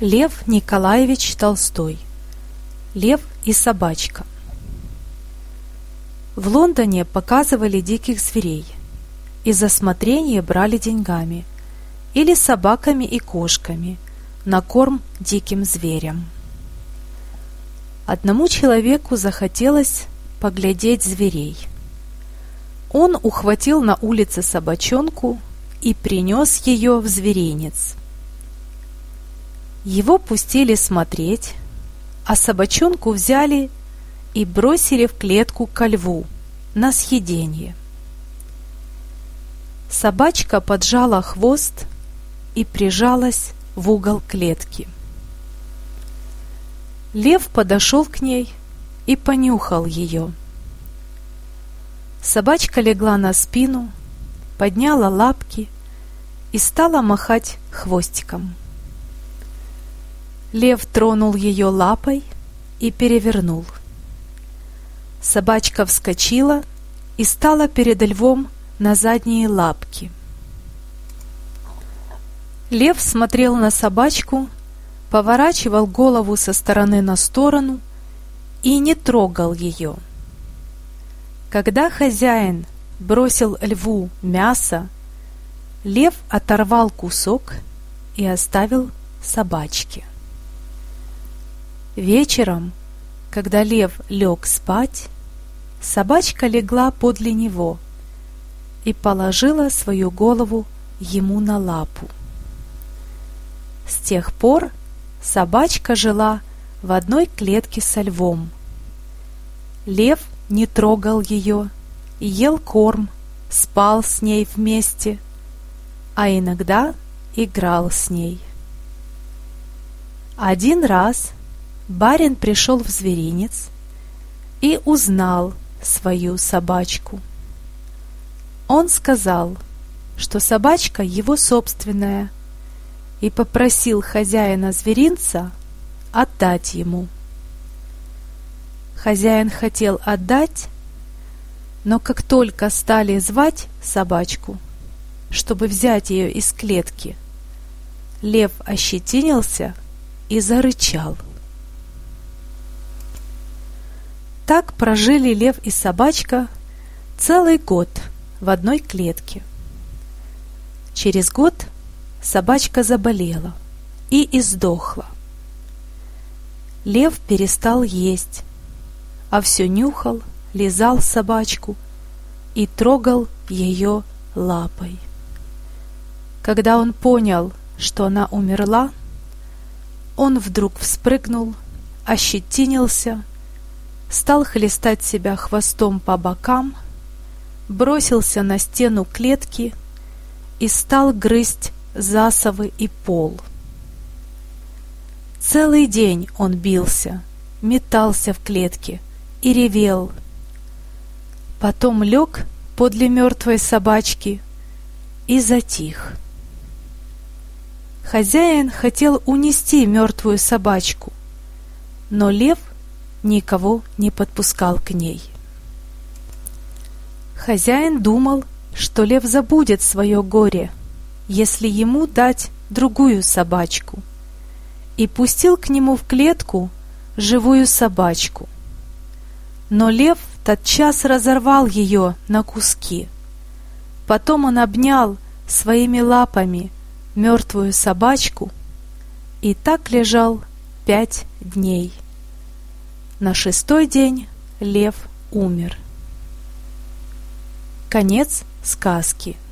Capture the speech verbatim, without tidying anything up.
Лев Николаевич Толстой. Лев и собачка. В Лондоне показывали диких зверей, и за смотрение брали деньгами или собаками и кошками на корм диким зверям. Одному человеку захотелось поглядеть зверей. Он ухватил на улице собачонку и принес ее в зверинец. Его пустили смотреть, а собачонку взяли и бросили в клетку ко льву на съедение. Собачка поджала хвост и прижалась в угол клетки. Лев подошел к ней и понюхал ее. Собачка легла на спину, подняла лапки и стала махать хвостиком. Лев тронул ее лапой и перевернул. Собачка вскочила и стала перед львом на задние лапки. Лев смотрел на собачку, поворачивал голову со стороны на сторону и не трогал ее. Когда хозяин бросил льву мясо, лев оторвал кусок и оставил собачке. Вечером, когда лев лег спать, собачка легла подле него и положила свою голову ему на лапу. С тех пор собачка жила в одной клетке со львом. Лев не трогал ее, ел корм, спал с ней вместе, а иногда играл с ней. Один раз барин пришел в зверинец и узнал свою собачку. Он сказал, что собачка его собственная, и попросил хозяина зверинца отдать ему. Хозяин хотел отдать, но как только стали звать собачку, чтобы взять ее из клетки, лев ощетинился и зарычал. Так прожили лев и собачка целый год в одной клетке. Через год собачка заболела и издохла. Лев перестал есть, а все нюхал, лизал собачку и трогал ее лапой. Когда он понял, что она умерла, он вдруг вспрыгнул, ощетинился, стал хлестать себя хвостом по бокам, бросился на стену клетки и стал грызть засовы и пол. Целый день он бился, метался в клетке и ревел. Потом лег подле мертвой собачки и затих. Хозяин хотел унести мертвую собачку, но лев никого не подпускал к ней. Хозяин думал, что лев забудет свое горе, если ему дать другую собачку, и пустил к нему в клетку живую собачку. Но лев тотчас разорвал ее на куски. Потом он обнял своими лапами мертвую собачку и так лежал пять дней. На шестой день лев умер. Конец сказки.